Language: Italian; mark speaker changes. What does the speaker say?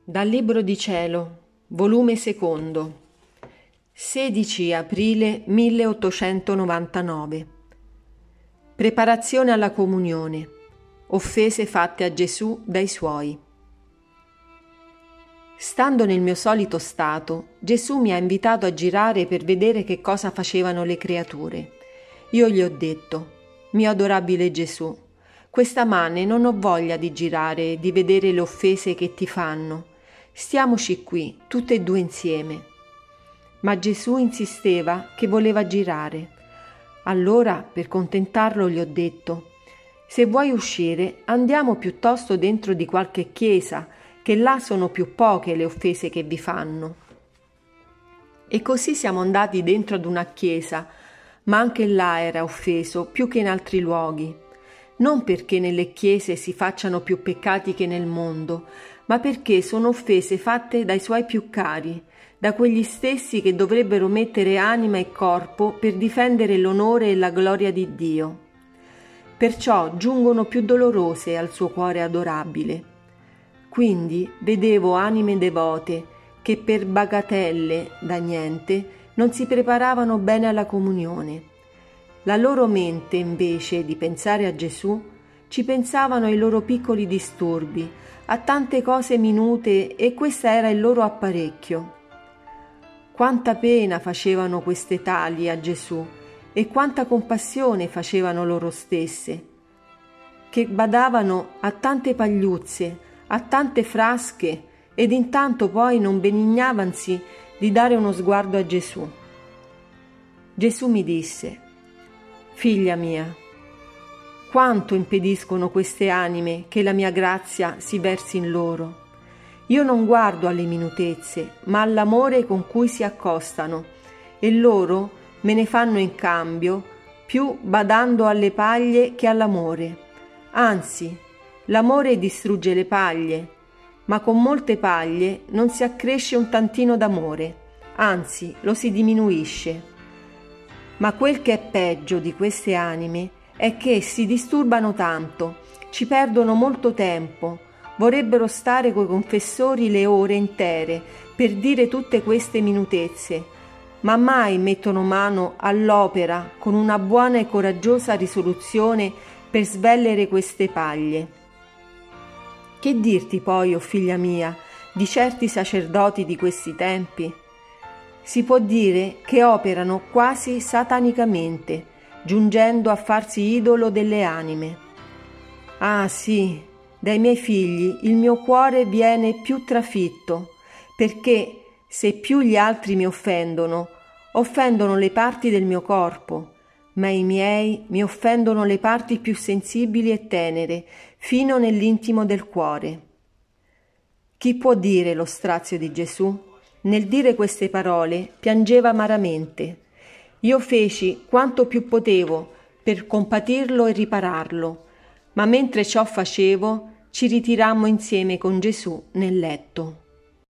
Speaker 1: Dal Libro di Cielo, volume secondo, 16 aprile 1899. Preparazione alla comunione. Offese fatte a Gesù dai suoi. Stando nel mio solito stato, Gesù mi ha invitato a girare per vedere che cosa facevano le creature. Io gli ho detto: mio adorabile Gesù, questa mane non ho voglia di girare e di vedere le offese che ti fanno. Stiamoci qui, tutte e due insieme. Ma Gesù insisteva che voleva girare. Allora, per contentarlo, gli ho detto: se vuoi uscire, andiamo piuttosto dentro di qualche chiesa, che là sono più poche le offese che vi fanno. E così siamo andati dentro ad una chiesa, ma anche là era offeso più che in altri luoghi. Non perché nelle chiese si facciano più peccati che nel mondo, ma perché sono offese fatte dai suoi più cari, da quegli stessi che dovrebbero mettere anima e corpo per difendere l'onore e la gloria di Dio. Perciò giungono più dolorose al suo cuore adorabile. Quindi vedevo anime devote che per bagatelle, da niente, non si preparavano bene alla comunione. La loro mente, invece di pensare a Gesù, ci pensavano ai loro piccoli disturbi, a tante cose minute, e questa era il loro apparecchio. Quanta pena facevano queste tali a Gesù e quanta compassione facevano loro stesse, che badavano a tante pagliuzze, a tante frasche, ed intanto poi non benignavansi di dare uno sguardo a Gesù. Gesù mi disse: figlia mia, quanto impediscono queste anime che la mia grazia si versi in loro. Io non guardo alle minutezze, ma all'amore con cui si accostano, e loro me ne fanno in cambio, più badando alle paglie che all'amore. Anzi, l'amore distrugge le paglie, ma con molte paglie non si accresce un tantino d'amore, anzi lo si diminuisce. Ma quel che è peggio di queste anime è che si disturbano tanto, ci perdono molto tempo, vorrebbero stare coi confessori le ore intere per dire tutte queste minutezze, ma mai mettono mano all'opera con una buona e coraggiosa risoluzione per svellere queste paglie. Che dirti poi, o figlia mia, di certi sacerdoti di questi tempi? Si può dire che operano quasi satanicamente, giungendo a farsi idolo delle anime. Ah sì, dai miei figli il mio cuore viene più trafitto, perché se più gli altri mi offendono le parti del mio corpo, ma i miei mi offendono le parti più sensibili e tenere, fino nell'intimo del cuore. Chi può dire lo strazio di Gesù? Nel dire queste parole piangeva amaramente. Io feci quanto più potevo per compatirlo e ripararlo, ma mentre ciò facevo ci ritirammo insieme con Gesù nel letto.